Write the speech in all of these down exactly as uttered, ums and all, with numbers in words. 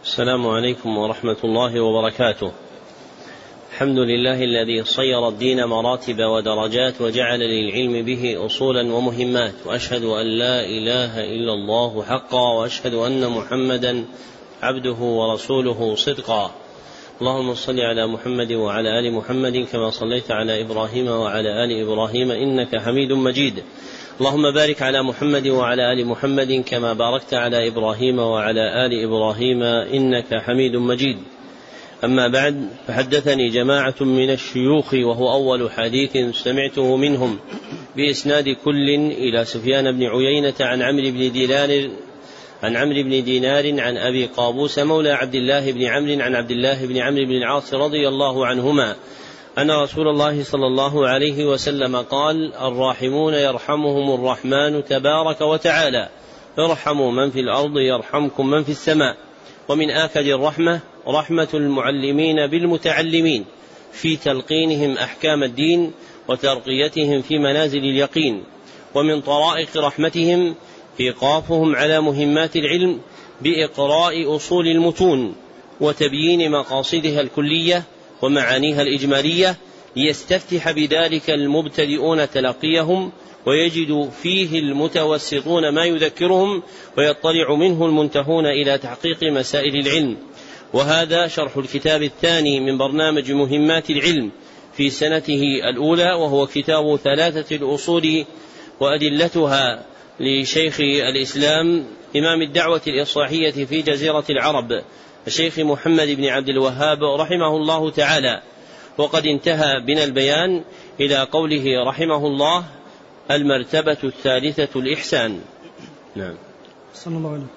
السلام عليكم ورحمة الله وبركاته. الحمد لله الذي صير الدين مراتب ودرجات وجعل للعلم به أصولا ومهمات، وأشهد أن لا إله إلا الله حقا، وأشهد أن محمدا عبده ورسوله صدقا. اللهم صل على محمد وعلى آل محمد كما صليت على إبراهيم وعلى آل إبراهيم إنك حميد مجيد. اللهم بارك على محمد وعلى آل محمد كما باركت على إبراهيم وعلى آل إبراهيم إنك حميد مجيد. أما بعد، فحدثني جماعة من الشيوخ وهو أول حديث سمعته منهم بإسناد كل إلى سفيان بن عيينة عن عمرو بن دينار عن عمرو بن دينار عن أبي قابوس مولى عبد الله بن عمرو عن عبد الله بن عمرو بن العاص رضي الله عنهما أن رسول الله صلى الله عليه وسلم قال: الراحمون يرحمهم الرحمن تبارك وتعالى، ارحموا من في الأرض يرحمكم من في السماء. ومن آكد الرحمة رحمة المعلمين بالمتعلمين في تلقينهم أحكام الدين وترقيتهم في منازل اليقين. ومن طرائق رحمتهم إيقافهم على مهمات العلم بإقراء أصول المتون وتبيين مقاصدها الكلية ومعانيها الإجمالية، ليستفتح بذلك المبتدئون تلقيهم ويجد فيه المتوسطون ما يذكرهم، ويطلع منه المنتهون إلى تحقيق مسائل العلم. وهذا شرح الكتاب الثاني من برنامج مهمات العلم في سنته الأولى، وهو كتاب ثلاثة الأصول وأدلتها لشيخ الإسلام إمام الدعوة الإصلاحية في جزيرة العرب الشيخ محمد بن عبد الوهاب رحمه الله تعالى. وقد انتهى بنا البيان إلى قوله رحمه الله: المرتبة الثالثة الإحسان. نعم. صلى الله عليه وسلم.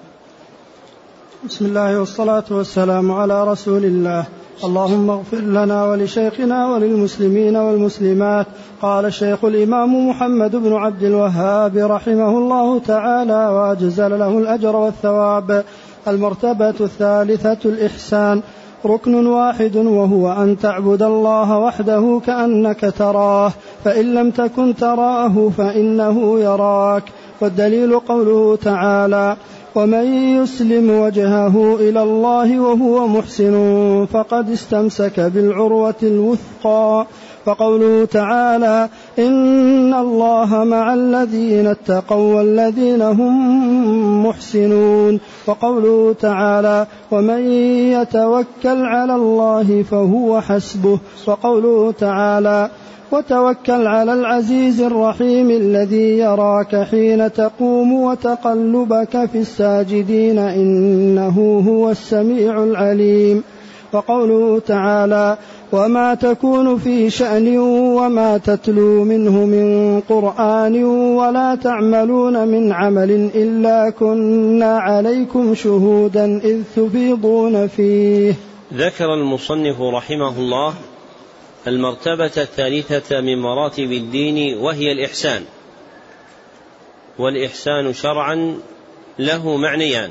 بسم الله والصلاة والسلام على رسول الله. اللهم اغفر لنا ولشيخنا وللمسلمين والمسلمات. قال الشيخ الإمام محمد بن عبد الوهاب رحمه الله تعالى وأجزل له الأجر والثواب: المرتبة الثالثة الإحسان، ركن واحد، وهو أن تعبد الله وحده كأنك تراه، فإن لم تكن تراه فإنه يراك. والدليل قوله تعالى: ومن يسلم وجهه إلى الله وهو محسن فقد استمسك بالعروة الوثقى. فقوله تعالى: إن الله مع الذين اتقوا والذين هم محسنون. وقوله تعالى: ومن يتوكل على الله فهو حسبه. وقوله تعالى: وتوكل على العزيز الرحيم الذي يراك حين تقوم وتقلبك في الساجدين إنه هو السميع العليم. وقوله تعالى: وما تكون في شأن وما تتلو منه من قرآن ولا تعملون من عمل إلا كنا عليكم شهودا إذ تفيضون فيه. ذكر المصنف رحمه الله المرتبة الثالثة من مراتب الدين، وهي الإحسان. والإحسان شرعا له معنيان: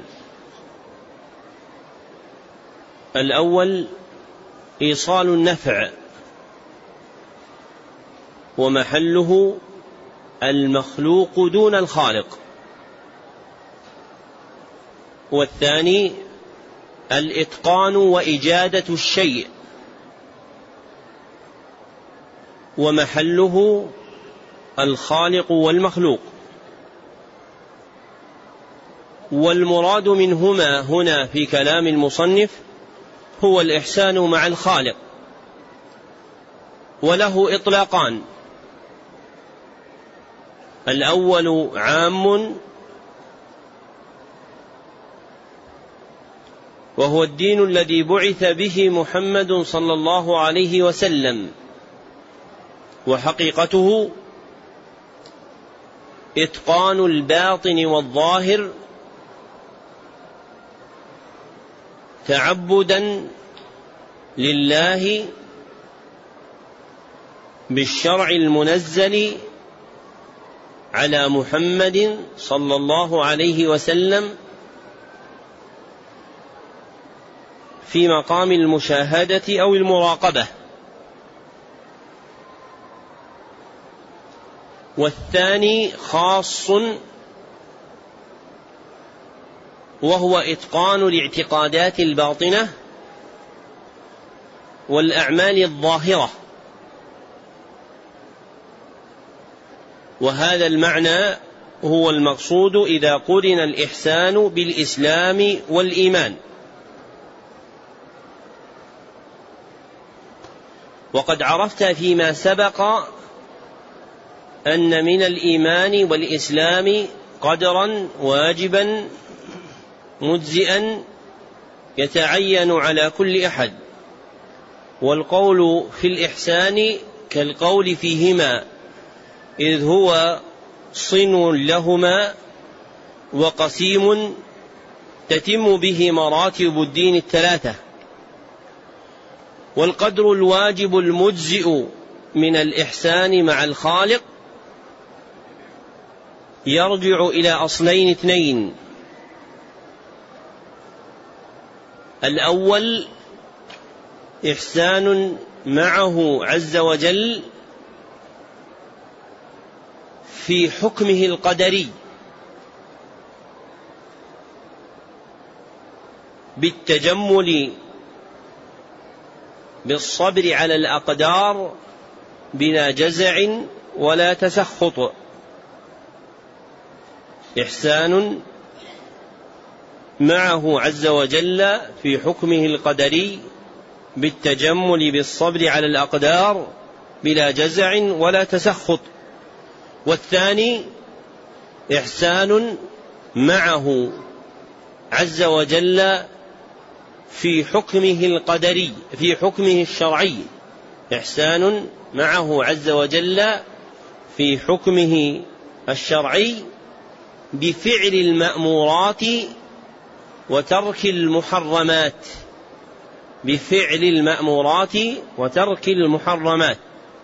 الأول إيصال النفع، ومحله المخلوق دون الخالق. والثاني الإتقان وإجادة الشيء، ومحله الخالق والمخلوق. والمراد منهما هنا في كلام المصنف هو الإحسان مع الخالق، وله إطلاقان: الأول عام وهو الدين الذي بعث به محمد صلى الله عليه وسلم، وحقيقته إتقان الباطن والظاهر تعبدا لله بالشرع المنزل على محمد صلى الله عليه وسلم في مقام المشاهدة أو المراقبة. والثاني خاص وهو إتقان الاعتقادات الباطنة والأعمال الظاهرة. وهذا المعنى هو المقصود إذا قرن الإحسان بالإسلام والإيمان. وقد عرفت فيما سبق أن من الإيمان والإسلام قدرا واجبا مجزئا يتعين على كل أحد، والقول في الإحسان كالقول فيهما، إذ هو صن لهما وقسيم تتم به مراتب الدين الثلاثة. والقدر الواجب المجزئ من الإحسان مع الخالق يرجع إلى أصلين اثنين: الأول إحسان معه عز وجل في حكمه القدري بالتجمل بالصبر على الأقدار بلا جزع ولا تسخط. إحسان معه عز وجل في حكمه القدري بالتجمل بالصبر على الأقدار بلا جزع ولا تسخط. والثاني إحسان معه عز وجل في حكمه القدري في حكمه الشرعي، إحسان معه عز وجل في حكمه الشرعي بفعل المأمورات وترك المحرمات بفعل المأمورات وترك المحرمات.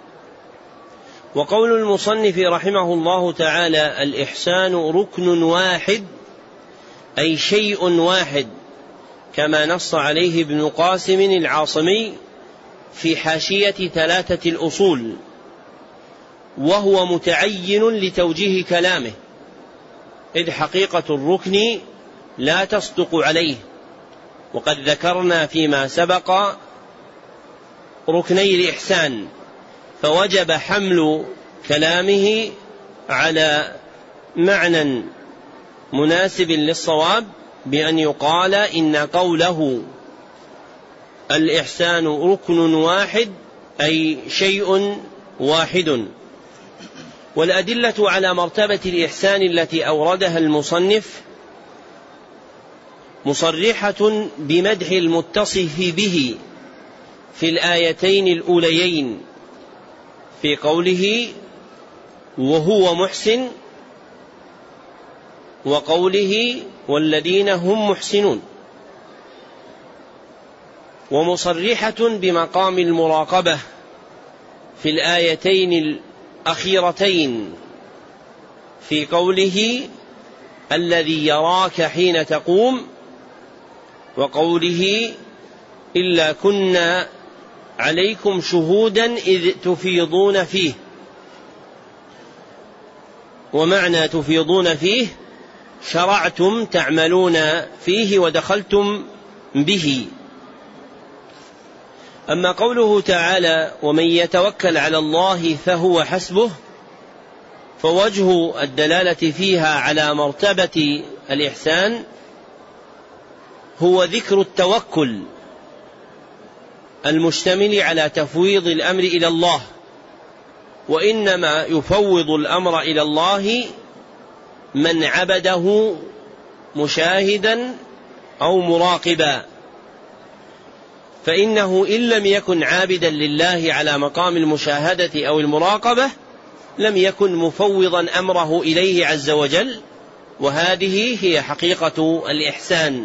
وقول المصنف رحمه الله تعالى: الإحسان ركن واحد، أي شيء واحد، كما نص عليه ابن قاسم العاصمي في حاشية ثلاثة الأصول، وهو متعين لتوجيه كلامه، إذ حقيقة الركن لا تصدق عليه. وقد ذكرنا فيما سبق ركني الإحسان، فوجب حمل كلامه على معنى مناسب للصواب بأن يقال إن قوله الإحسان ركن واحد أي شيء واحد. والأدلة على مرتبة الإحسان التي أوردها المصنف مصرحة بمدح المتصف به في الآيتين الأوليين، في قوله وهو محسن، وقوله والذين هم محسنون، ومصرحة بمقام المراقبة في الآيتين الأخيرتين، في قوله الذي يراك حين تقوم، وقوله إلا كنا عليكم شهودا إذ تفيضون فيه. ومعنى تفيضون فيه شرعتم تعملون فيه ودخلتم به. أما قوله تعالى ومن يتوكل على الله فهو حسبه، فوجه الدلالة فيها على مرتبة الإحسان هو ذكر التوكل المشتمل على تفويض الأمر إلى الله، وإنما يفوض الأمر إلى الله من عبده مشاهدا أو مراقبا، فإنه إن لم يكن عابدا لله على مقام المشاهدة أو المراقبة لم يكن مفوضا أمره إليه عز وجل، وهذه هي حقيقة الإحسان.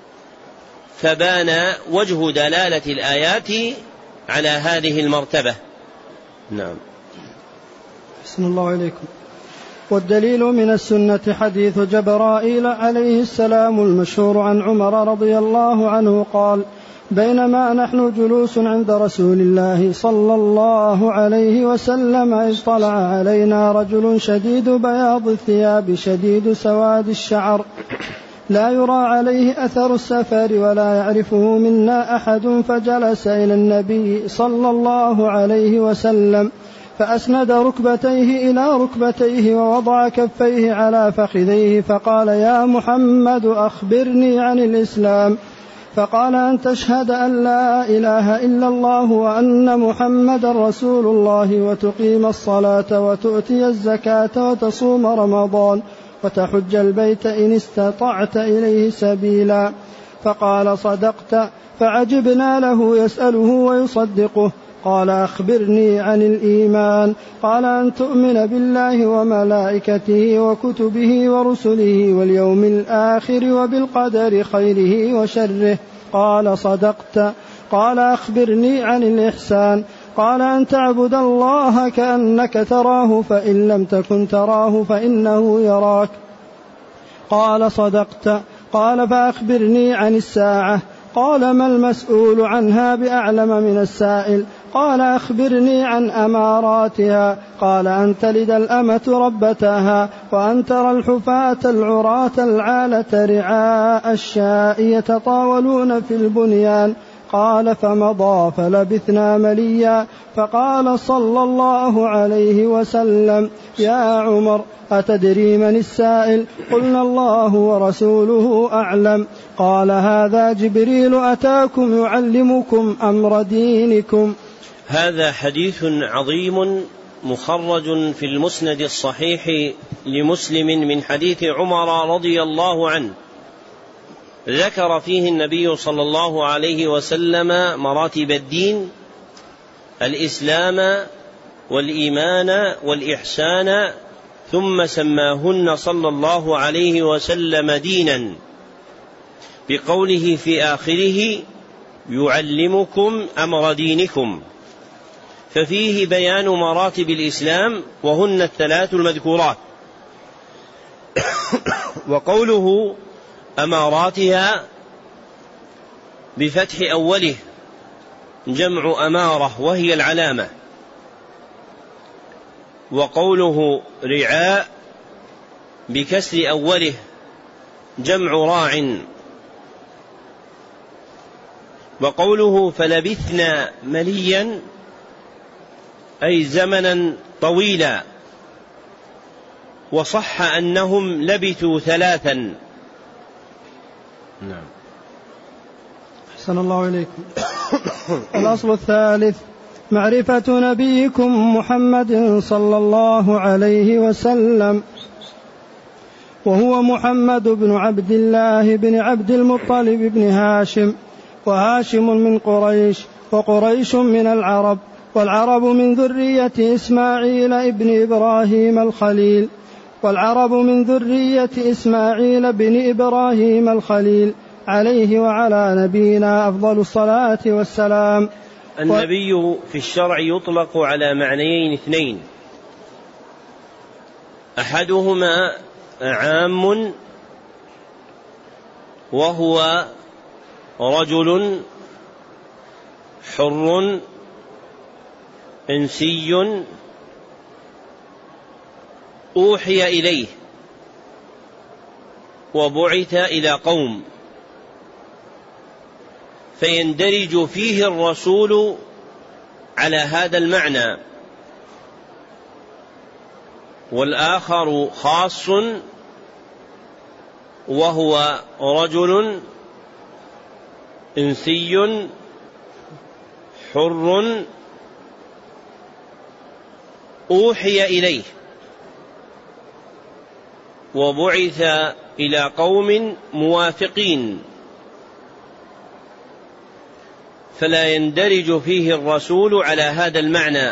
فبان وجه دلالة الآيات على هذه المرتبة. نعم. أحسن الله إليكم. والدليل من السنة حديث جبرائيل عليه السلام المشهور عن عمر رضي الله عنه قال: بينما نحن جلوس عند رسول الله صلى الله عليه وسلم إذ طلع علينا رجل شديد بياض الثياب شديد سواد الشعر لا يرى عليه أثر السفر ولا يعرفه منا أحد، فجلس إلى النبي صلى الله عليه وسلم فأسند ركبتيه إلى ركبتيه ووضع كفيه على فخذيه فقال: يا محمد أخبرني عن الإسلام. فقال: أن تشهد أن لا إله إلا الله وأن محمد رسول الله، وتقيم الصلاة وتؤتي الزكاة وتصوم رمضان وتحج البيت إن استطعت إليه سبيلا. فقال: صدقت. فعجبنا له يسأله ويصدقه. قال: أخبرني عن الإيمان. قال: أن تؤمن بالله وملائكته وكتبه ورسله واليوم الآخر وبالقدر خيره وشره. قال: صدقت. قال: أخبرني عن الإحسان. قال: أن تعبد الله كأنك تراه فإن لم تكن تراه فإنه يراك. قال: صدقت. قال: فأخبرني عن الساعة. قال: ما المسؤول عنها بأعلم من السائل. قال: أخبرني عن أماراتها. قال: أن تلد الأمة ربتها، وأن ترى الحفاة العراة العالة رعاء الشاء يتطاولون في البنيان. قال: فمضى فلبثنا مليا. فقال صلى الله عليه وسلم: يا عمر، أتدري من السائل؟ قلنا: الله ورسوله أعلم. قال: هذا جبريل أتاكم يعلمكم أمر دينكم. هذا حديث عظيم مخرج في المسند الصحيح لمسلم من حديث عمر رضي الله عنه، ذكر فيه النبي صلى الله عليه وسلم مراتب الدين: الإسلام والإيمان والإحسان، ثم سماهن صلى الله عليه وسلم دينا بقوله في آخره: يعلمكم أمر دينكم. ففيه بيان مراتب الإسلام وهن الثلاث المذكورات. وقوله أماراتها بفتح أوله جمع أمارة وهي العلامة، وقوله رعاء بكسر أوله جمع راع، وقوله فلبثنا مليا أي زمنا طويلا، وصح أنهم لبثوا ثلاثا. نعم. أحسن الله إليكم. الأصل الثالث: معرفة نبيكم محمد صلى الله عليه وسلم، وهو محمد بن عبد الله بن عبد المطلب بن هاشم، وهاشم من قريش، وقريش من العرب، والعرب من ذرية إسماعيل ابن إبراهيم الخليل، والعرب من ذرية إسماعيل بن إبراهيم الخليل عليه وعلى نبينا أفضل الصلاة والسلام. النبي في الشرع يطلق على معنيين اثنين: أحدهما عام وهو رجل حر إنسي أوحي إليه وبعث إلى قوم، فيندرج فيه الرسول على هذا المعنى. والآخر خاص وهو رجل إنسي حر أوحي إليه وبعث إلى قوم موافقين، فلا يندرج فيه الرسول على هذا المعنى.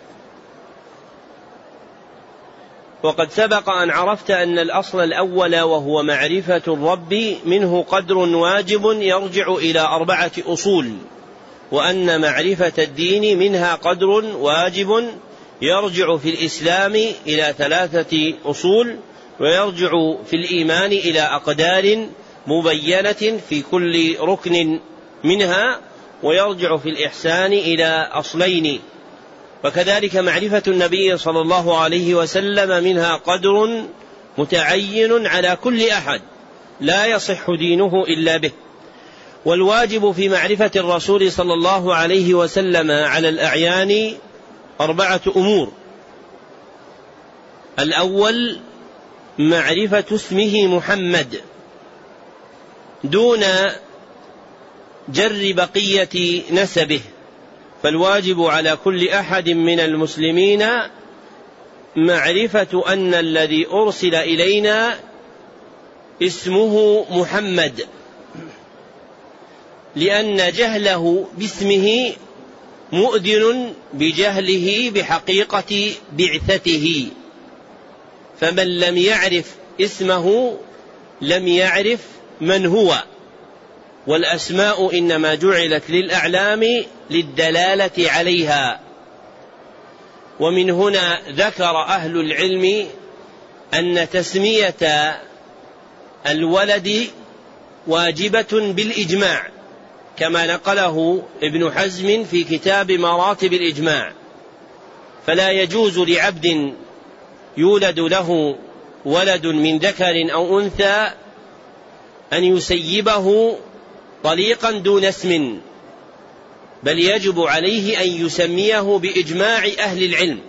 وقد سبق أن عرفت أن الأصل الأول وهو معرفة الرب منه قدر واجب يرجع إلى أربعة أصول، وأن معرفة الدين منها قدر واجب يرجع في الإسلام إلى ثلاثة أصول، ويرجع في الإيمان إلى أقدار مبينة في كل ركن منها، ويرجع في الإحسان إلى أصلين. وكذلك معرفة النبي صلى الله عليه وسلم منها قدر متعين على كل أحد، لا يصح دينه إلا به. والواجب في معرفة الرسول صلى الله عليه وسلم على الأعيان أربعة أمور: الأول معرفة اسمه محمد دون جر بقية نسبه، فالواجب على كل أحد من المسلمين معرفة أن الذي أرسل إلينا اسمه محمد، لأن جهله باسمه مؤذن بجهله بحقيقة بعثته، فمن لم يعرف اسمه لم يعرف من هو. والأسماء إنما جعلت للأعلام للدلالة عليها. ومن هنا ذكر أهل العلم أن تسمية الولد واجبة بالإجماع، كما نقله ابن حزم في كتاب مراتب الإجماع، فلا يجوز لعبد يولد له ولد من ذكر أو أنثى أن يسيبه طليقا دون اسم، بل يجب عليه أن يسميه بإجماع أهل العلم.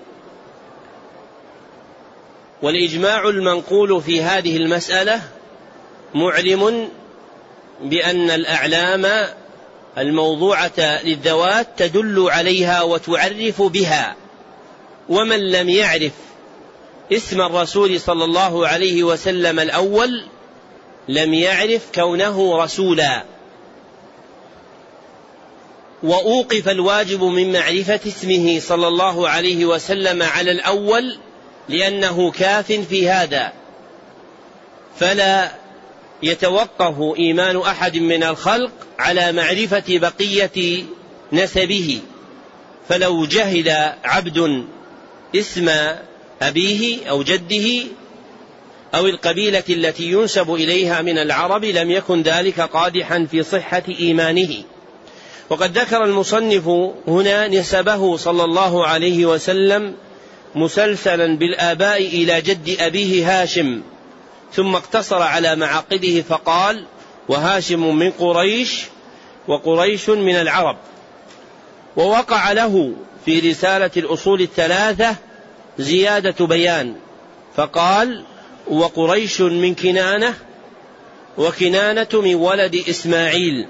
والإجماع المنقول في هذه المسألة معلم بأن الأعلام الموضوعة للذوات تدل عليها وتعرف بها، ومن لم يعرف اسم الرسول صلى الله عليه وسلم الأول لم يعرف كونه رسولا. وأوقف الواجب من معرفة اسمه صلى الله عليه وسلم على الأول لأنه كاف في هذا، فلا يتوقف إيمان أحد من الخلق على معرفة بقية نسبه. فلو جهل عبد اسم أبيه أو جده أو القبيلة التي ينسب إليها من العرب لم يكن ذلك قادحا في صحة إيمانه. وقد ذكر المصنف هنا نسبه صلى الله عليه وسلم مسلسلا بالآباء إلى جد أبيه هاشم، ثم اقتصر على معاقده فقال: وهاشم من قريش وقريش من العرب. ووقع له في رسالة الأصول الثلاثة زيادة بيان فقال: وقريش من كنانة وكنانة من ولد إسماعيل.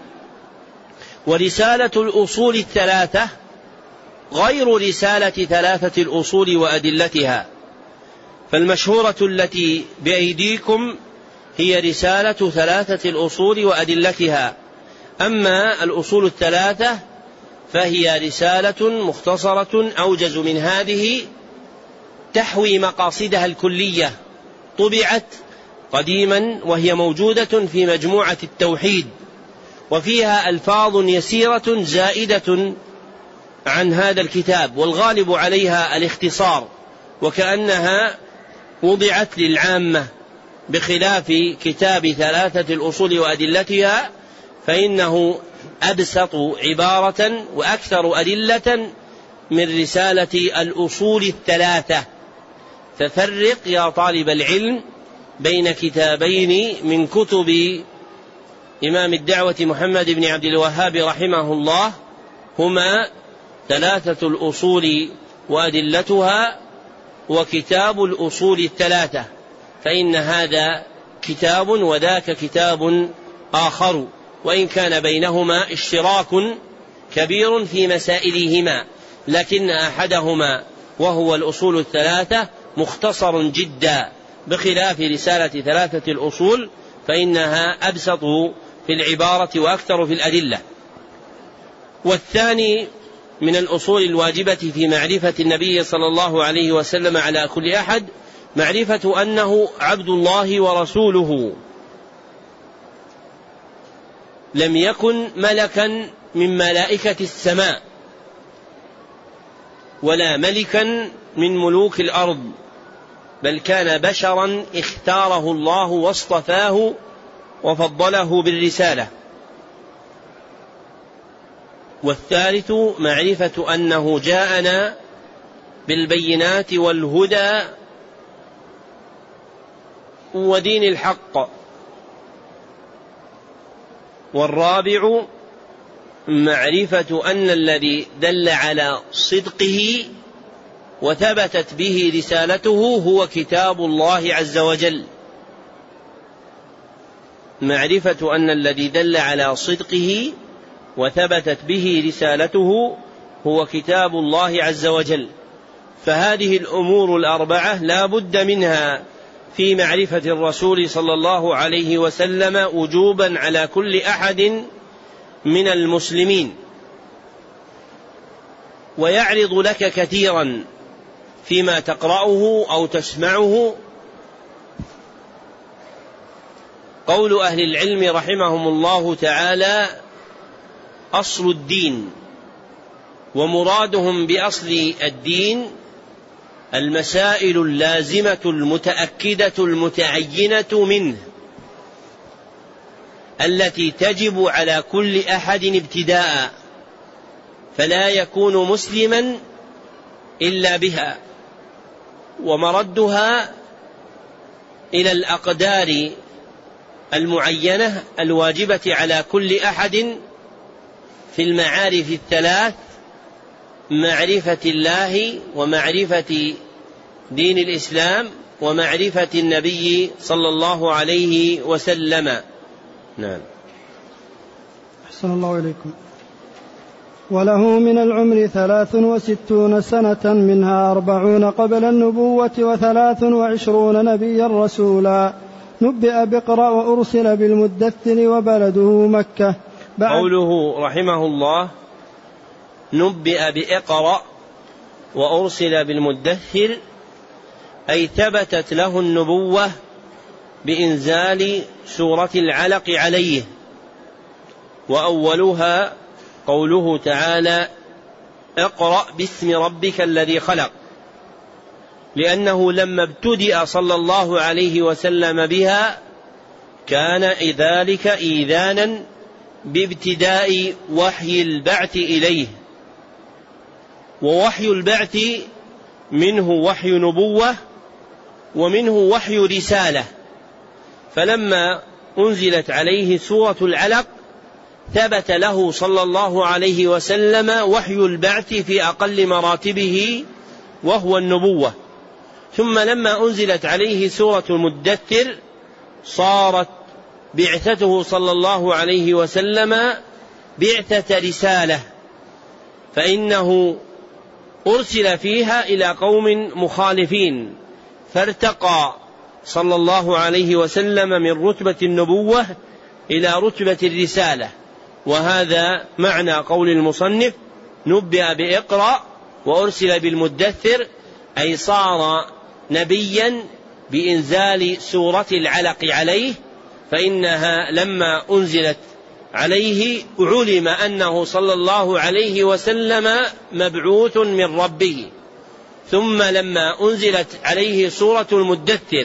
ورسالة الأصول الثلاثة غير رسالة ثلاثة الأصول وأدلتها، فالمشهورة التي بأيديكم هي رسالة ثلاثة الأصول وأدلتها، أما الأصول الثلاثة فهي رسالة مختصرة أوجز من هذه تحوي مقاصدها الكلية، طبعت قديما وهي موجودة في مجموعة التوحيد، وفيها ألفاظ يسيرة زائدة عن هذا الكتاب، والغالب عليها الاختصار، وكأنها وضعت للعامة، بخلاف كتاب ثلاثة الأصول وأدلتها فإنه أبسط عبارة وأكثر أدلة من رسالة الأصول الثلاثة. ففرق يا طالب العلم بين كتابين من كتب إمام الدعوة محمد بن عبد الوهاب رحمه الله، هما ثلاثة الأصول وأدلتها وكتاب الأصول الثلاثة، فإن هذا كتاب وذاك كتاب آخر، وإن كان بينهما اشتراك كبير في مسائلهما، لكن أحدهما وهو الأصول الثلاثة مختصر جدا، بخلاف رسالة ثلاثة الأصول فإنها أبسط في العبارة وأكثر في الأدلة. والثاني من الأصول الواجبة في معرفة النبي صلى الله عليه وسلم على كل أحد معرفة أنه عبد الله ورسوله، لم يكن ملكا من ملائكة السماء ولا ملكا من ملوك الأرض، بل كان بشرا اختاره الله واصطفاه وفضله بالرسالة. والثالث معرفة أنه جاءنا بالبينات والهدى ودين الحق، والرابع معرفة أن الذي دل على صدقه وثبتت به رسالته هو كتاب الله عز وجل. معرفة أن الذي دل على صدقه وثبتت به رسالته هو كتاب الله عز وجل. فهذه الأمور الأربعة لا بد منها في معرفة الرسول صلى الله عليه وسلم وجوبا على كل أحد من المسلمين. ويعرض لك كثيرا فيما تقرأه أو تسمعه قول أهل العلم رحمهم الله تعالى: أصل الدين. ومرادهم بأصل الدين المسائل اللازمة المتأكدة المتعينة منه التي تجب على كل أحد ابتداء، فلا يكون مسلما إلا بها. ومردها إلى الأقدار المعينة الواجبة على كل أحد في المعارف الثلاث: معرفة الله، ومعرفة دين الإسلام، ومعرفة النبي صلى الله عليه وسلم. نعم. أحسن الله إليكم. وله من العمر ثلاث وستون سنة، منها أربعون قبل النبوة وثلاث وعشرون نبيا رسولا. نبئ بقرأ وأرسل بالمدثر وبلده مكة. قوله رحمه الله: نبئ بإقرأ وأرسل بالمدثر، أي ثبتت له النبوة بإنزال سورة العلق عليه. وأولها قوله تعالى: اقرأ باسم ربك الذي خلق، لأنه لما ابتدأ صلى الله عليه وسلم بها كان ذلك إيذانا بابتداء وحي البعث إليه. ووحي البعث منه وحي نبوة ومنه وحي رسالة. فلما أنزلت عليه سورة العلق ثبت له صلى الله عليه وسلم وحي البعث في أقل مراتبه وهو النبوة. ثم لما أنزلت عليه سورة المدثر صارت بعثته صلى الله عليه وسلم بعثة رسالة، فإنه أرسل فيها إلى قوم مخالفين، فارتقى صلى الله عليه وسلم من رتبة النبوة إلى رتبة الرسالة. وهذا معنى قول المصنف: نبئ بإقرأ وأرسل بالمدثر، أي صار نبيا بإنزال سورة العلق عليه، فإنها لما أنزلت عليه علم أنه صلى الله عليه وسلم مبعوث من ربه. ثم لما أنزلت عليه سورة المدثر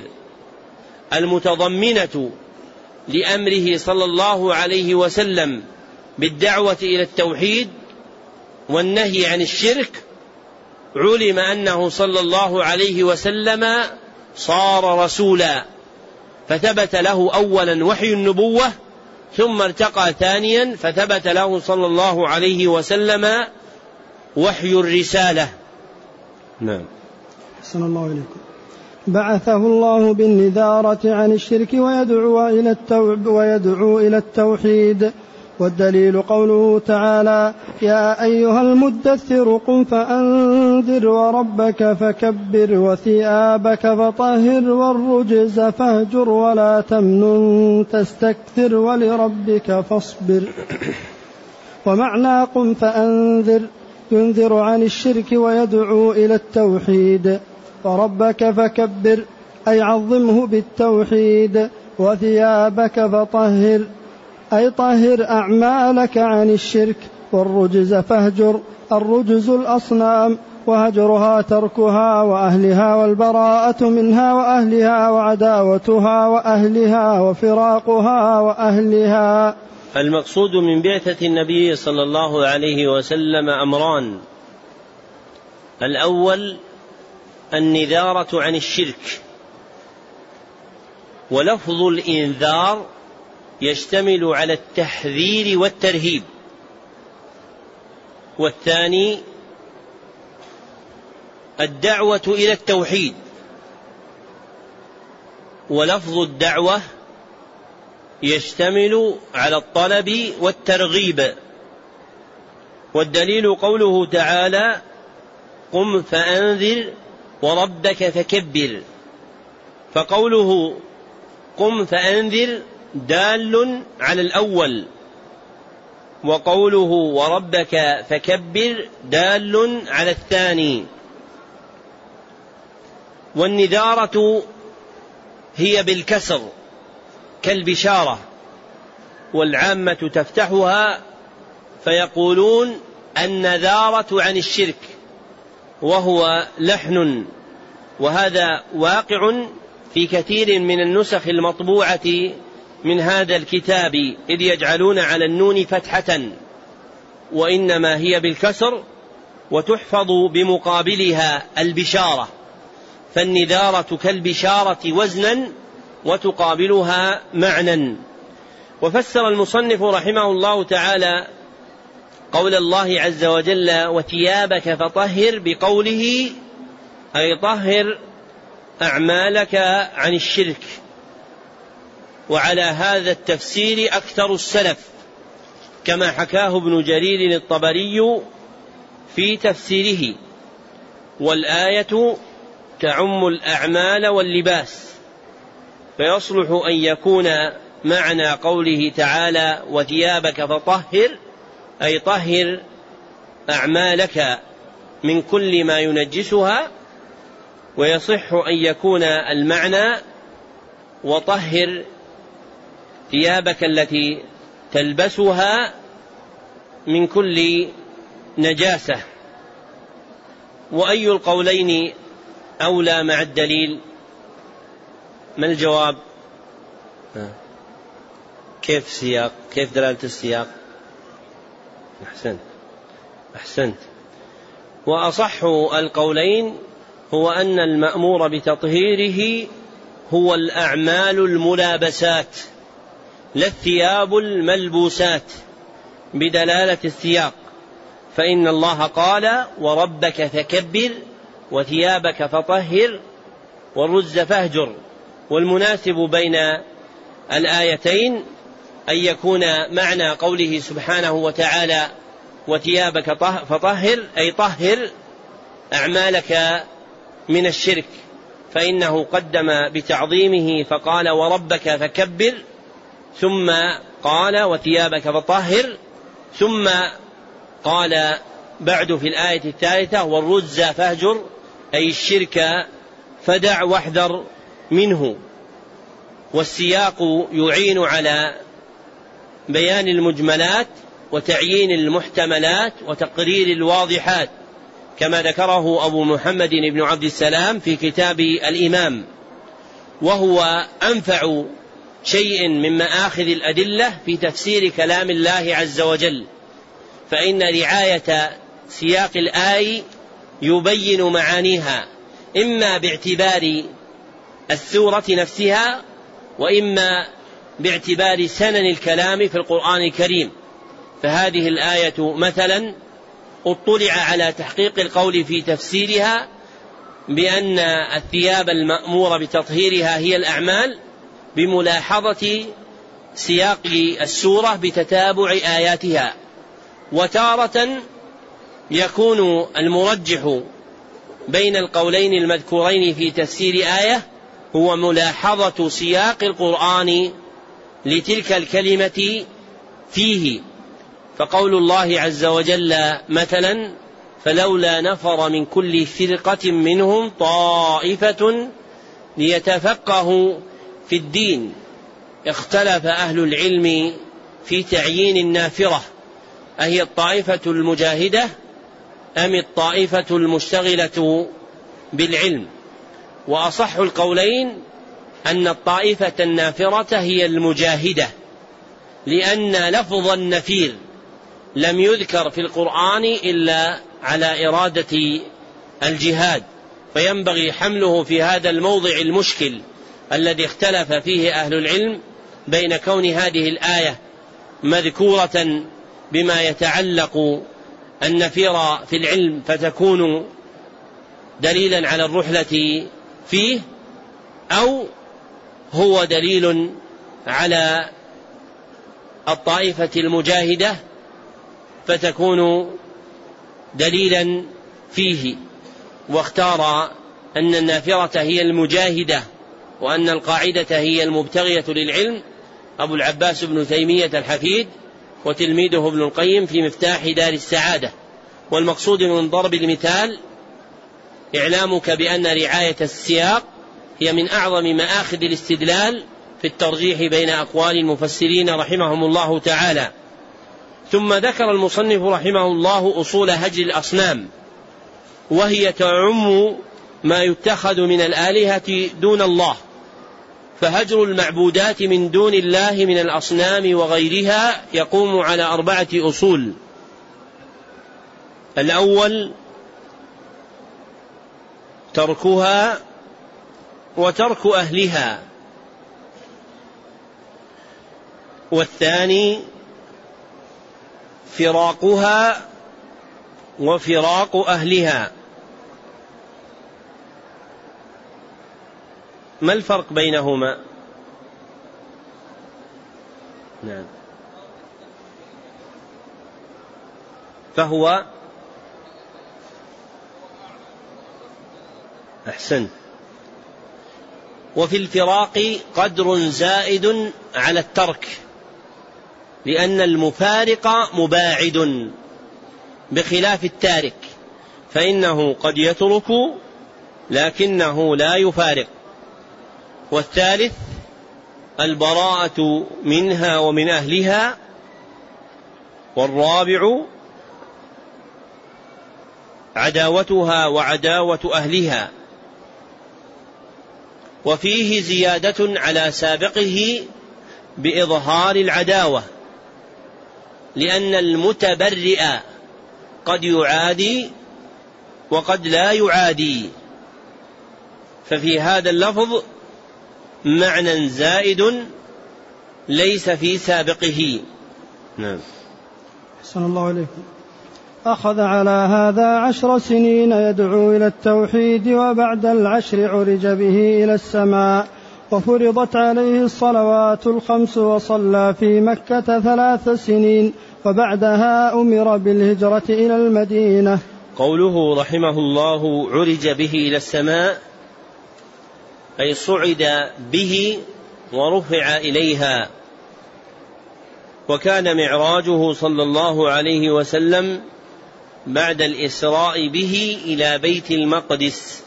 المتضمنة لأمره صلى الله عليه وسلم بالدعوة إلى التوحيد والنهي عن الشرك، علم أنه صلى الله عليه وسلم صار رسولا، فثبت له أولا وحي النبوة، ثم ارتقى ثانيا فثبت له صلى الله عليه وسلم وحي الرسالة. نعم. أحسن الله إليكم. بعثه الله بالنذارة عن الشرك ويدعو إلى التوب ويدعو إلى التوحيد. والدليل قوله تعالى: يا أيها المدثر قم فأنذر وربك فكبر وثيابك فطهر والرجز فاهجر ولا تمنن تستكثر ولربك فاصبر. ومعنى قم فأنذر ينذر عن الشرك ويدعو إلى التوحيد. وربك فكبر أي عظمه بالتوحيد. وثيابك فطهر أي طهر أعمالك عن الشرك. والرجز فاهجر، الرجز الأصنام، وهجرها تركها وأهلها والبراءة منها وأهلها وعداوتها وأهلها وفراقها وأهلها. المقصود من بعثة النبي صلى الله عليه وسلم أمران: الأول النذارة عن الشرك، ولفظ الإنذار يشتمل على التحذير والترهيب، والثاني الدعوة إلى التوحيد. ولفظ الدعوة يشتمل على الطلب والترغيب، والدليل قوله تعالى: قم فأنذر وربك فكبر. فقوله قم فأنذر دال على الأول، وقوله وربك فكبر دال على الثاني. والنذارة هي بالكسر كالبشارة، والعامة تفتحها فيقولون النذارة عن الشرك، وهو لحن، وهذا واقع في كثير من النسخ المطبوعة من هذا الكتاب، إذ يجعلون على النون فتحة، وإنما هي بالكسر، وتحفظ بمقابلها البشارة، فالنذارة كالبشارة وزنا وتقابلها معنى. وفسر المصنف رحمه الله تعالى قول الله عز وجل: وثيابك فطهر، بقوله أي طهر أعمالك عن الشرك. وعلى هذا التفسير أكثر السلف، كما حكاه ابن جرير الطبري في تفسيره. والآية تعم الأعمال واللباس، فيصلح أن يكون معنى قوله تعالى: وثيابك فطهر، أي طهر أعمالك من كل ما ينجسها. ويصح أن يكون المعنى: وطهر ثيابك التي تلبسها من كل نجاسة. وأي القولين أولى مع الدليل؟ ما الجواب؟ كيف سياق؟ كيف دلالة السياق؟ أحسنت أحسنت وأصح القولين هو أن المأمور بتطهيره هو الأعمال الملابسات، لا الثياب الملبوسات، بدلالة السياق. فإن الله قال: وربك فكبر وثيابك فطهر والرجز فاهجر. والمناسب بين الآيتين أن يكون معنى قوله سبحانه وتعالى: وثيابك فطهر، أي طهر أعمالك من الشرك، فإنه قدم بتعظيمه فقال: وربك فكبر، ثم قال: وثيابك فطهر، ثم قال بعد في الآية الثالثة: والرجز فاهجر، أي الشرك فدع واحذر منه. والسياق يعين على بيان المجملات وتعيين المحتملات وتقرير الواضحات، كما ذكره أبو محمد بن عبد السلام في كتاب الإمام، وهو أنفع شيء من مآخذ الأدلة في تفسير كلام الله عز وجل. فإن رعاية سياق الآية يبين معانيها، إما باعتبار السورة نفسها، وإما باعتبار سنن الكلام في القرآن الكريم. فهذه الآية مثلا اطلع على تحقيق القول في تفسيرها بأن الثياب المأمور بتطهيرها هي الأعمال، بملاحظة سياق السورة بتتابع آياتها. وتارة يكون المرجح بين القولين المذكورين في تفسير آية هو ملاحظة سياق القرآن لتلك الكلمة فيه. فقول الله عز وجل مثلا: فلولا نفر من كل فرقة منهم طائفة ليتفقهوا في الدين. اختلف أهل العلم في تعيين النافرة، أهي الطائفة المجاهدة أم الطائفة المشتغلة بالعلم؟ وأصح القولين أن الطائفة النافرة هي المجاهدة، لأن لفظ النفير لم يذكر في القرآن إلا على إرادة الجهاد، فينبغي حمله في هذا الموضع المشكل الذي اختلف فيه أهل العلم بين كون هذه الآية مذكورة بما يتعلق النفير في العلم فتكون دليلا على الرحلة فيه، أو هو دليل على الطائفة المجاهدة فتكون دليلا فيه. واختار أن النافرة هي المجاهدة وأن القاعدة هي المبتغية للعلم أبو العباس بن تيمية الحفيد وتلميذه ابن القيم في مفتاح دار السعادة. والمقصود من ضرب المثال إعلامك بأن رعاية السياق هي من أعظم مآخذ الاستدلال في الترجيح بين أقوال المفسرين رحمهم الله تعالى. ثم ذكر المصنف رحمه الله أصول هجر الأصنام، وهي تعم ما يتخذ من الآلهة دون الله، فهجر المعبودات من دون الله من الأصنام وغيرها يقوم على أربعة أصول. الأول تركها وترك أهلها، والثاني فراقها وفراق أهلها. ما الفرق بينهما؟ نعم، فهو أحسن. وفي الفراق قدر زائد على الترك، لأن المفارق مباعد بخلاف التارك، فإنه قد يترك لكنه لا يفارق. والثالث البراءة منها ومن أهلها. والرابع عداوتها وعداوة أهلها. وفيه زيادة على سابقه بإظهار العداوة، لأن المتبرئ قد يعادي وقد لا يعادي، ففي هذا اللفظ معنى زائد ليس في سابقه. نعم. أحسن الله عليكم. أخذ على هذا عشر سنين يدعو إلى التوحيد، وبعد العشر عرج به إلى السماء، وفرضت عليه الصلوات الخمس، وصلى في مكة ثلاث سنين، وبعدها أمر بالهجرة إلى المدينة. قوله رحمه الله عرج به إلى السماء أي صعد به ورفع إليها، وكان معراجه صلى الله عليه وسلم بعد الإسراء به إلى بيت المقدس.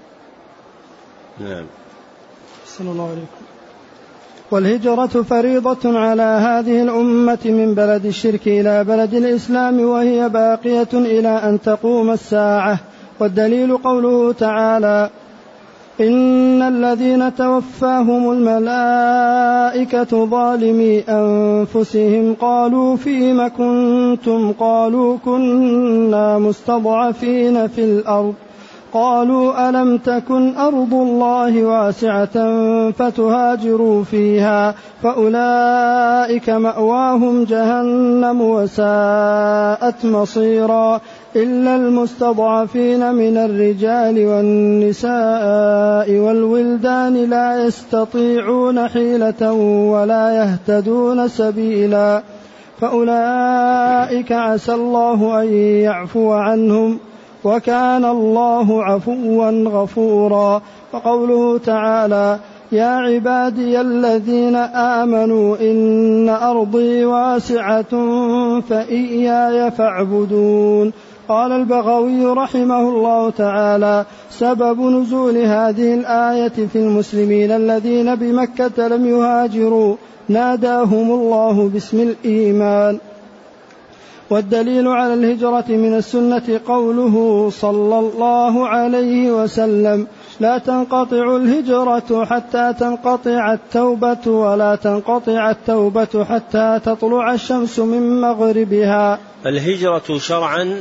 نعم. صلى الله عليه. والهجرة فريضة على هذه الأمة من بلد الشرك إلى بلد الإسلام، وهي باقية إلى أن تقوم الساعة. والدليل قوله تعالى: إن الذين توفاهم الملائكة ظالمي أنفسهم قالوا فيم كنتم؟ قالوا كنا مستضعفين في الأرض. قالوا ألم تكن أرض الله واسعة فتهاجروا فيها، فأولئك مأواهم جهنم وساءت مصيرا، إلا المستضعفين من الرجال والنساء والولدان لا يستطيعون حيلة ولا يهتدون سبيلا، فأولئك عسى الله أن يعفو عنهم، وكان الله عفوا غفورا. وقوله تعالى: يا عبادي الذين آمنوا إن أرضي واسعة فإياي فاعبدون. قال البغوي رحمه الله تعالى: سبب نزول هذه الآية في المسلمين الذين بمكة لم يهاجروا ناداهم الله باسم الإيمان. والدليل على الهجرة من السنة قوله صلى الله عليه وسلم: لا تنقطع الهجرة حتى تنقطع التوبة، ولا تنقطع التوبة حتى تطلع الشمس من مغربها. الهجرة شرعا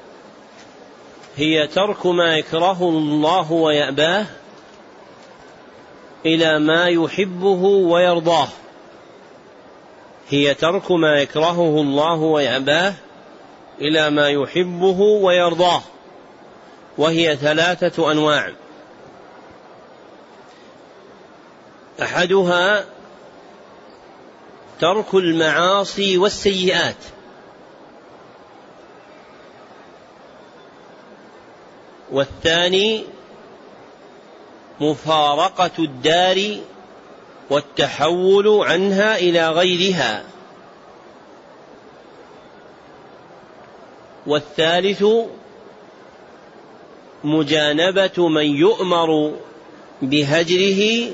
هي ترك ما يكرهه الله ويأباه إلى ما يحبه ويرضاه، هي ترك ما يكرهه الله ويأباه إلى ما يحبه ويرضاه، وهي ثلاثة أنواع. أحدها ترك المعاصي والسيئات، والثاني مفارقة الدار والتحول عنها إلى غيرها، والثالث مجانبة من يؤمر بهجره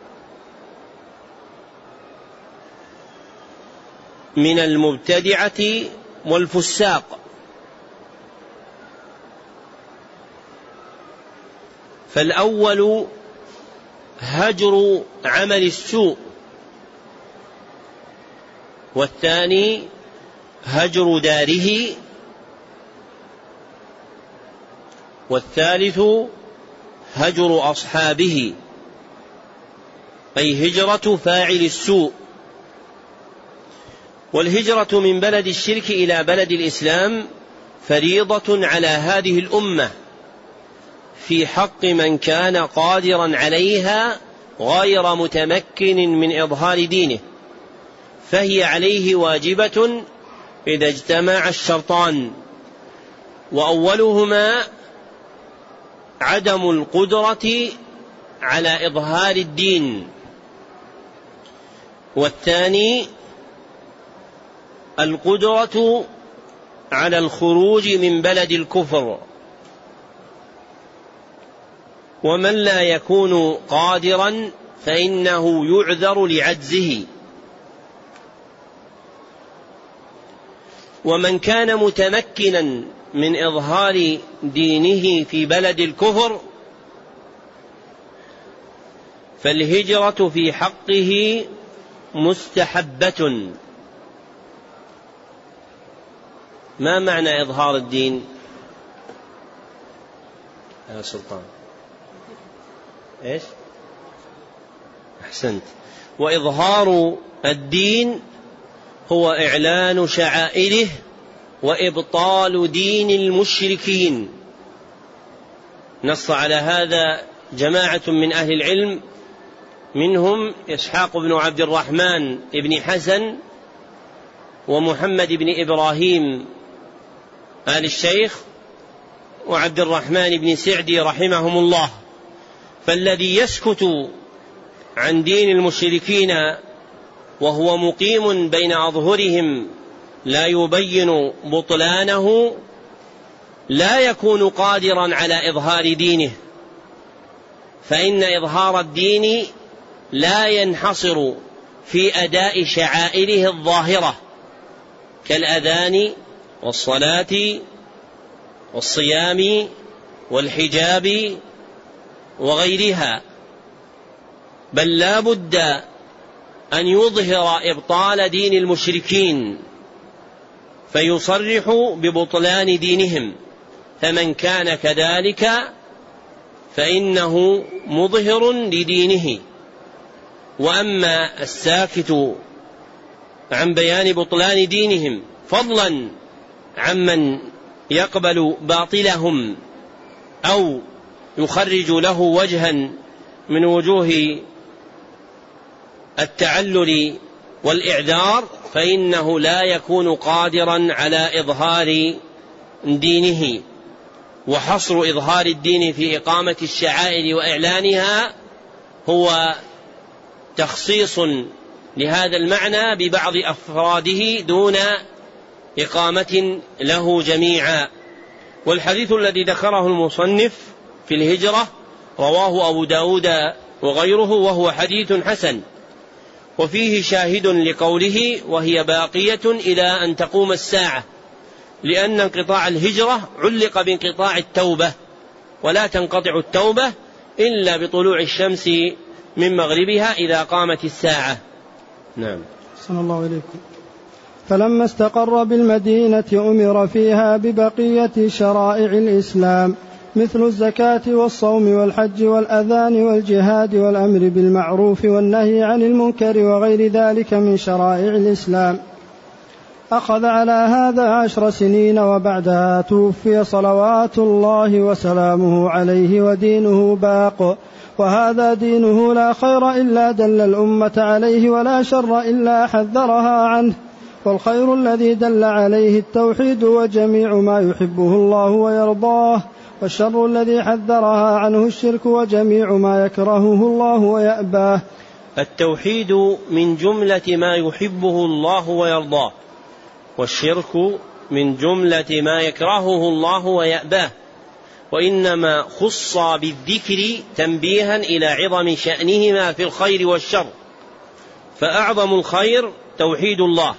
من المبتدعة والفساق. فالأول هجر عمل السوء، والثاني هجر داره، والثالث هجر أصحابه، أي هجرة فاعل السوء. والهجرة من بلد الشرك إلى بلد الإسلام فريضة على هذه الأمة في حق من كان قادرا عليها غير متمكن من إظهار دينه، فهي عليه واجبة إذا اجتمع الشرطان، وأولهما عدم القدرة على إظهار الدين، والثاني القدرة على الخروج من بلد الكفر. ومن لا يكون قادرا فإنه يعذر لعجزه، ومن كان متمكنا من إظهار دينه في بلد الكفر فالهجرة في حقه مستحبة. ما معنى إظهار الدين يا سلطان؟ إيش؟ أحسنت. وإظهار الدين هو إعلان شعائره وإبطال دين المشركين. نص على هذا جماعة من أهل العلم، منهم إسحاق بن عبد الرحمن بن حسن ومحمد بن إبراهيم آل الشيخ وعبد الرحمن بن سعدي رحمهم الله. فالذي يسكت عن دين المشركين وهو مقيم بين أظهرهم لا يبين بطلانه لا يكون قادرا على إظهار دينه، فإن إظهار الدين لا ينحصر في أداء شعائره الظاهرة كالأذان والصلاة والصيام والحجاب وغيرها، بل لا بد أن يظهر إبطال دين المشركين فيصرح ببطلان دينهم، فمن كان كذلك فإنه مظهر لدينه. وأما الساكت عن بيان بطلان دينهم فضلا عمن يقبل باطلهم أو يخرج له وجها من وجوه التعلل والإعذار، فإنه لا يكون قادرا على إظهار دينه. وحصر إظهار الدين في إقامة الشعائر وإعلانها هو تخصيص لهذا المعنى ببعض أفراده دون إقامة له جميعا. والحديث الذي ذكره المصنف في الهجرة رواه أبو داود وغيره وهو حديث حسن، وفيه شاهد لقوله وهي باقية إلى أن تقوم الساعة، لأن انقطاع الهجرة علق بانقطاع التوبة، ولا تنقطع التوبة إلا بطلوع الشمس من مغربها إذا قامت الساعة. نعم. صلى الله عليكم. فلما استقر بالمدينة أمر فيها ببقية شرائع الإسلام مثل الزكاة والصوم والحج والأذان والجهاد والأمر بالمعروف والنهي عن المنكر وغير ذلك من شرائع الإسلام. أخذ على هذا عشر سنين وبعدها توفي صلوات الله وسلامه عليه ودينه باق، وهذا دينه لا خير إلا دل الأمة عليه ولا شر إلا حذرها عنه، والخير الذي دل عليه التوحيد وجميع ما يحبه الله ويرضاه، والشر الذي حذرها عنه الشرك وجميع ما يكرهه الله ويأباه. التوحيد من جملة ما يحبه الله ويرضاه، والشرك من جملة ما يكرهه الله ويأباه، وإنما خص بالذكر تنبيها إلى عظم شأنهما في الخير والشر، فأعظم الخير توحيد الله،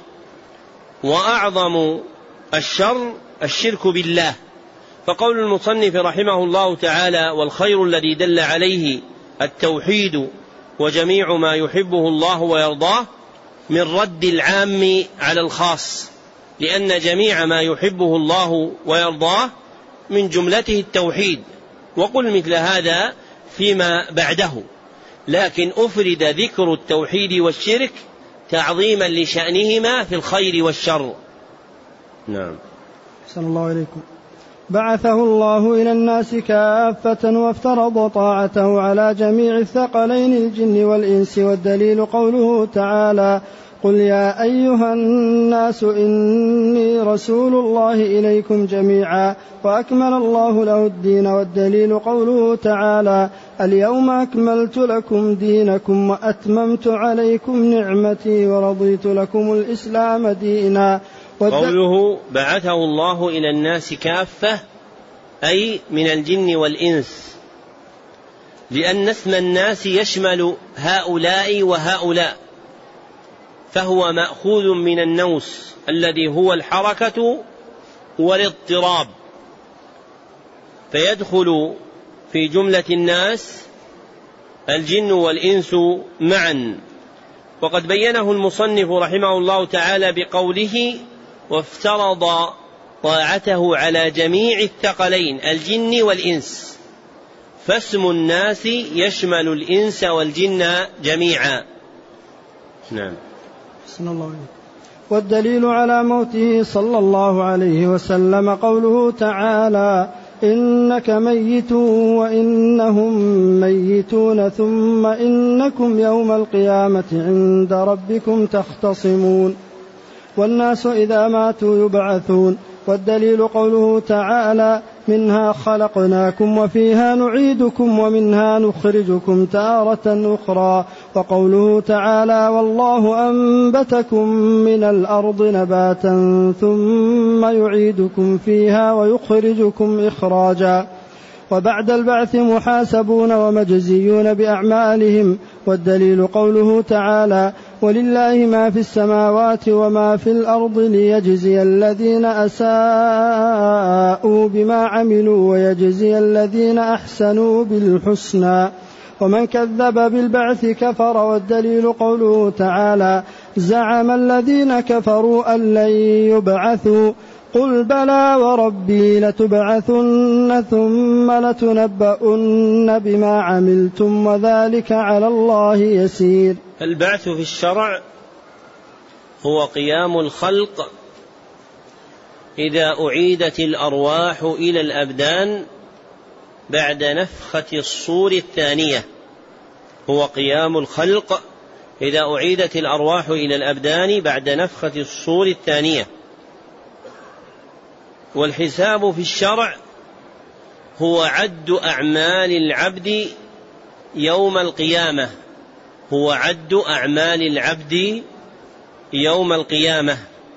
وأعظم الشر الشرك بالله. فقول المصنف رحمه الله تعالى: والخير الذي دل عليه التوحيد وجميع ما يحبه الله ويرضاه، من رد العام على الخاص، لأن جميع ما يحبه الله ويرضاه من جملته التوحيد، وقل مثل هذا فيما بعده، لكن أفرد ذكر التوحيد والشرك تعظيما لشأنهما في الخير والشر. نعم. أحسن الله إليكم. بعثه الله إلى الناس كافة وافترض طاعته على جميع الثقلين الجن والإنس، والدليل قوله تعالى: قل يا أيها الناس إني رسول الله إليكم جميعا، وأكمل الله له الدين، والدليل قوله تعالى: اليوم أكملت لكم دينكم وأتممت عليكم نعمتي ورضيت لكم الإسلام دينا. قوله بعثه الله إلى الناس كافة أي من الجن والإنس، لأن اسم الناس يشمل هؤلاء وهؤلاء، فهو مأخوذ من النوس الذي هو الحركة والاضطراب، فيدخل في جملة الناس الجن والإنس معا. وقد بينه المصنف رحمه الله تعالى بقوله: وافترض طاعته على جميع الثقلين الجن والإنس، فاسم الناس يشمل الإنس والجن جميعا. نعم. والدليل على موته صلى الله عليه وسلم قوله تعالى: إنك ميت وإنهم ميتون ثم إنكم يوم القيامة عند ربكم تختصمون، والناس إذا ماتوا يبعثون. والدليل قوله تعالى: منها خلقناكم وفيها نعيدكم ومنها نخرجكم تارة أخرى. وقوله تعالى: والله أنبتكم من الأرض نباتا ثم يعيدكم فيها ويخرجكم إخراجا. وبعد البعث محاسبون ومجزيون بأعمالهم. والدليل قوله تعالى: ولله ما في السماوات وما في الأرض ليجزي الذين أساءوا بما عملوا ويجزي الذين أحسنوا بالحسنى. ومن كذب بالبعث كفر. والدليل قوله تعالى: زعم الذين كفروا أن لن يبعثوا، قل بلى وربي لتبعثن ثم لتنبؤن بما عملتم وذلك على الله يسير. البعث في الشرع هو قيام الخلق إذا أعيدت الأرواح إلى الأبدان بعد نفخة الصور الثانية، هو قيام الخلق إذا أعيدت الأرواح إلى الأبدان بعد نفخة الصور الثانية. والحساب في الشرع هو عد أعمال العبد يوم القيامة، هو عد أعمال العبد يوم القيامة.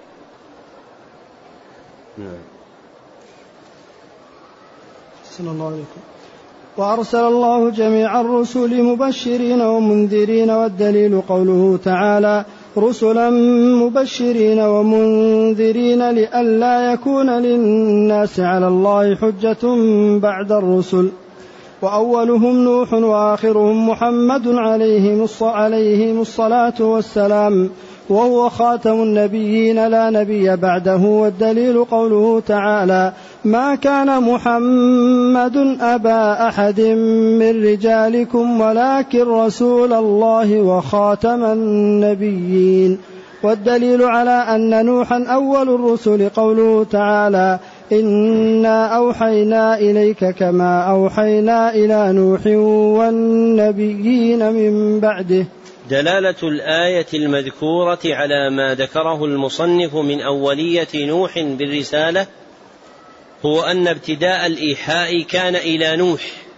صلى الله عليه وسلم. وأرسل الله جميع الرسل مبشرين ومنذرين. والدليل قوله تعالى: رسلا مبشرين ومنذرين لئلا يكون للناس على الله حجة بعد الرسل. وأولهم نوح وآخرهم محمد عليهم الصلاة والسلام، وهو خاتم النبيين لا نبي بعده. والدليل قوله تعالى: ما كان محمد أبا أحد من رجالكم ولكن رسول الله وخاتم النبيين. والدليل على أن نوحا أول الرسل قوله تعالى إنا أوحينا إليك كما أوحينا إلى نوح والنبيين من بعده. دلالة الآية المذكورة على ما ذكره المصنف من أولية نوح بالرسالة هو أن ابتداء الإيحاء كان إلى نوح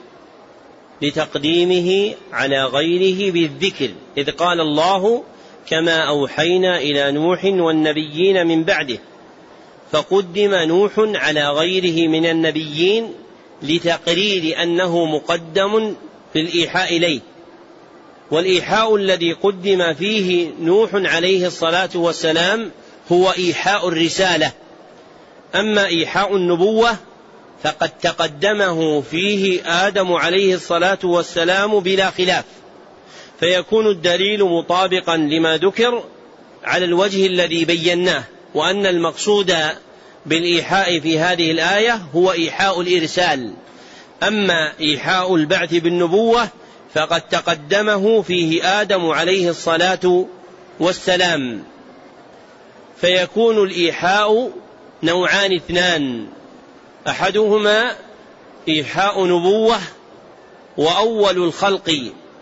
لتقديمه على غيره بالذكر، إذ قال الله كما أوحينا إلى نوح والنبيين من بعده، فقدم نوح على غيره من النبيين لتقرير أنه مقدم في الإيحاء إليه. والإيحاء الذي قدم فيه نوح عليه الصلاة والسلام هو إيحاء الرسالة. أما إيحاء النبوة فقد تقدمه فيه آدم عليه الصلاة والسلام بلا خلاف، فيكون الدليل مطابقا لما ذكر على الوجه الذي بيناه، وأن المقصود بالإيحاء في هذه الآية هو إيحاء الإرسال. أما إيحاء البعث بالنبوة فقد تقدمه فيه آدم عليه الصلاة والسلام، فيكون الإيحاء نوعان اثنان، أحدهما إيحاء نبوة وأول الخلق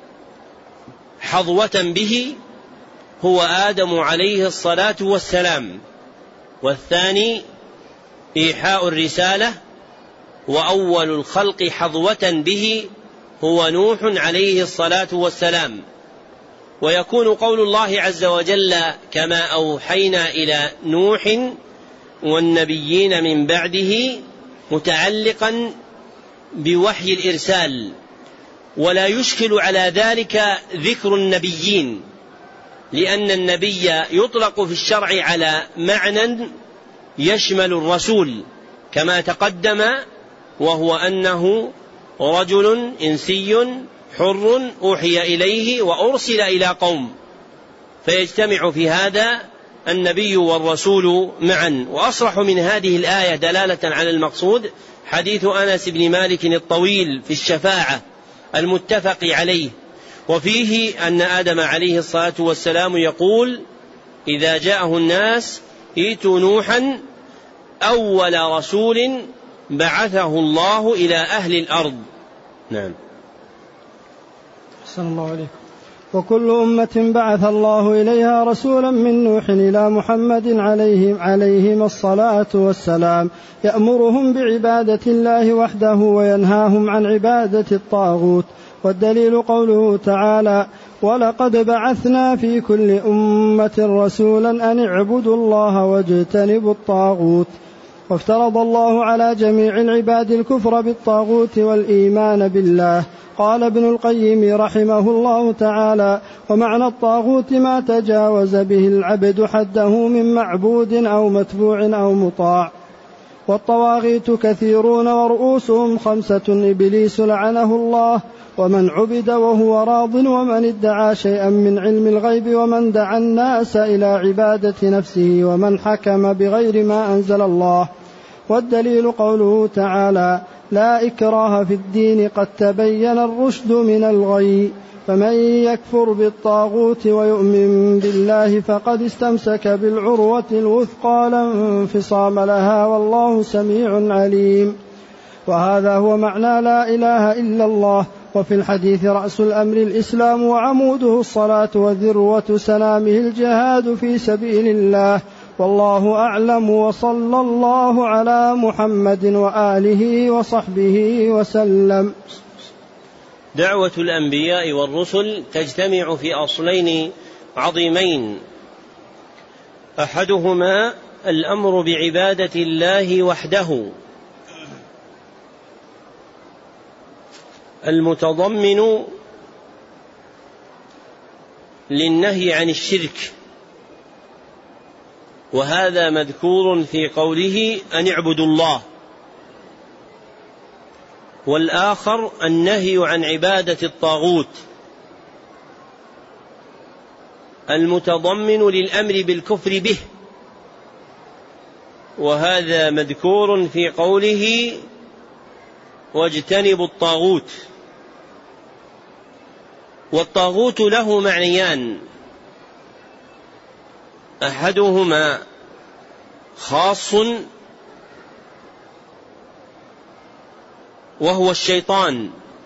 حظوة به هو آدم عليه الصلاة والسلام، والثاني إيحاء الرسالة وأول الخلق حظوة به هو نوح عليه الصلاة والسلام. ويكون قول الله عز وجل كما أوحينا إلى نوح والنبيين من بعده متعلقا بوحي الإرسال، ولا يشكل على ذلك ذكر النبيين، لأن النبي يطلق في الشرع على معنى يشمل الرسول كما تقدم، وهو أنه رجل إنسي حر أوحي إليه وأرسل إلى قوم، فيجتمع في هذا النبي والرسول معا. وأصرح من هذه الآية دلالة على المقصود حديث أنس بن مالك الطويل في الشفاعة المتفق عليه، وفيه أن آدم عليه الصلاة والسلام يقول إذا جاءه الناس ائتوا نوحا أول رسول بعثه الله إلى أهل الأرض. نعم. أحسن الله عليكم. وكل أمة بعث الله إليها رسولا من نوح إلى محمد عليهم عليهم الصلاة والسلام يأمرهم بعبادة الله وحده وينهاهم عن عبادة الطاغوت. والدليل قوله تعالى ولقد بعثنا في كل أمة رسولا أن اعبدوا الله واجتنبوا الطاغوت. وافترض الله على جميع العباد الكفر بالطاغوت والإيمان بالله. قال ابن القيم رحمه الله تعالى ومعنى الطاغوت ما تجاوز به العبد حده من معبود أو متبوع أو مطاع. والطواغيت كثيرون ورؤوسهم خمسة إبليس لعنه الله ومن عبد وهو راض ومن ادعى شيئا من علم الغيب ومن دعا الناس إلى عبادة نفسه ومن حكم بغير ما أنزل الله. والدليل قوله تعالى لا إكراه في الدين قد تبين الرشد من الغي فمن يكفر بالطاغوت ويؤمن بالله فقد استمسك بالعروة الوثقى لا انفصام لها والله سميع عليم. وهذا هو معنى لا إله إلا الله. وفي الحديث رأس الأمر الإسلام وعموده الصلاة وذروة سنامه الجهاد في سبيل الله. والله أعلم وصلى الله على محمد وآله وصحبه وسلم. دعوة الأنبياء والرسل تجتمع في أصلين عظيمين، أحدهما الأمر بعبادة الله وحده المتضمن للنهي عن الشرك، وهذا مذكور في قوله أن اعبدوا الله. والآخر النهي عن عبادة الطاغوت المتضمن للأمر بالكفر به، وهذا مذكور في قوله واجتنبوا الطاغوت. والطاغوت له معنيان: أحدهما خاص وهو الشيطان،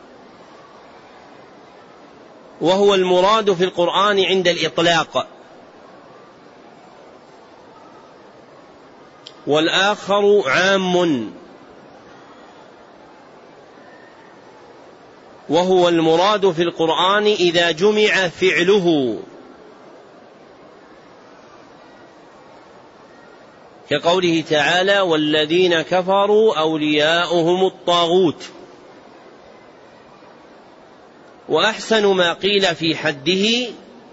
وهو المراد في القرآن عند الإطلاق، والآخر عام وهو المراد في القرآن إذا جمع فعله، كقوله تعالى والذين كفروا أولياؤهم الطاغوت. وأحسن ما قيل في حده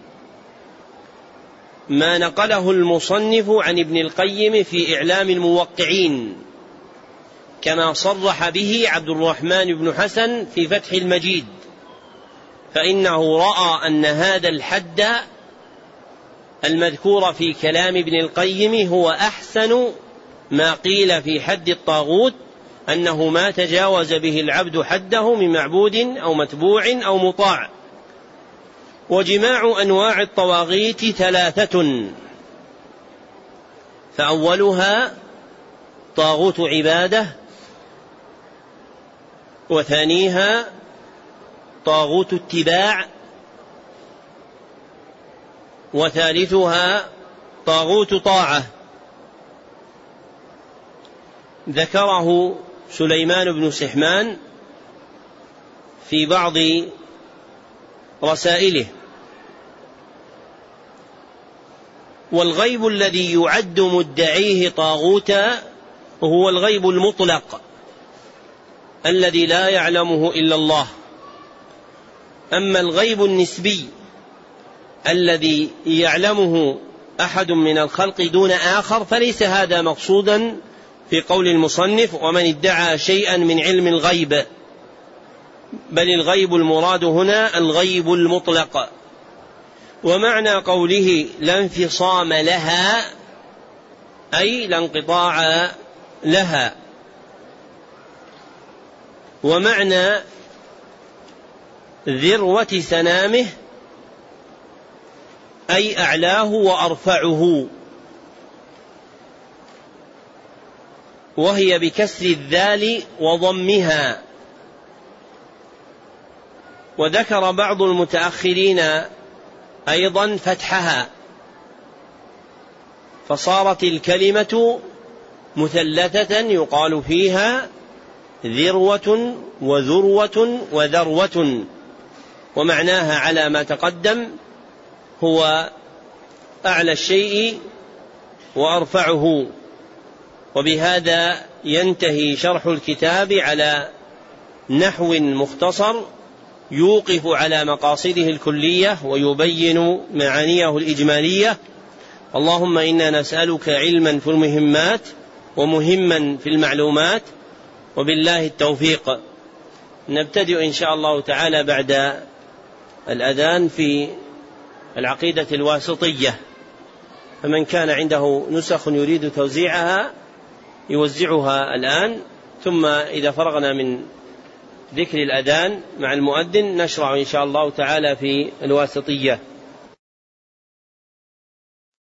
ما نقله المصنف عن ابن القيم في إعلام الموقعين، كما صرح به عبد الرحمن بن حسن في فتح المجيد، فإنه رأى أن هذا الحد المذكور في كلام ابن القيم هو أحسن ما قيل في حد الطاغوت، أنه ما تجاوز به العبد حده من معبود أو متبوع أو مطاع. وجماع أنواع الطواغيت ثلاثة: فأولها طاغوت عبادة، وثانيها طاغوت اتباع، وثالثها طاغوت طاعة. ذكره سليمان بن سحمان في بعض رسائله. والغيب الذي يعد مدعيه طاغوتا هو الغيب المطلق الذي لا يعلمه إلا الله. أما الغيب النسبي الذي يعلمه أحد من الخلق دون آخر فليس هذا مقصودا في قول المصنف ومن ادعى شيئا من علم الغيب، بل الغيب المراد هنا الغيب المطلق. ومعنى قوله لا انفصام لها أي لا انقطاع لها. ومعنى ذروة سنامه أي أعلاه وأرفعه، وهي بكسر الذال وضمها. وذكر بعض المتأخرين أيضا فتحها، فصارت الكلمة مثلثة يقال فيها ذروة وذروة وذروة، ومعناها على ما تقدم هو أعلى الشيء وأرفعه. وبهذا ينتهي شرح الكتاب على نحو مختصر يوقف على مقاصده الكلية ويبين معانيه الإجمالية. اللهم إنا نسألك علما في المهمات ومهما في المعلومات، وبالله التوفيق. نبتدئ إن شاء الله تعالى بعد الأذان في العقيدة الواسطية، فمن كان عنده نسخ يريد توزيعها يوزعها الآن، ثم إذا فرغنا من ذكر الأذان مع المؤذن نشرع إن شاء الله تعالى في الواسطية.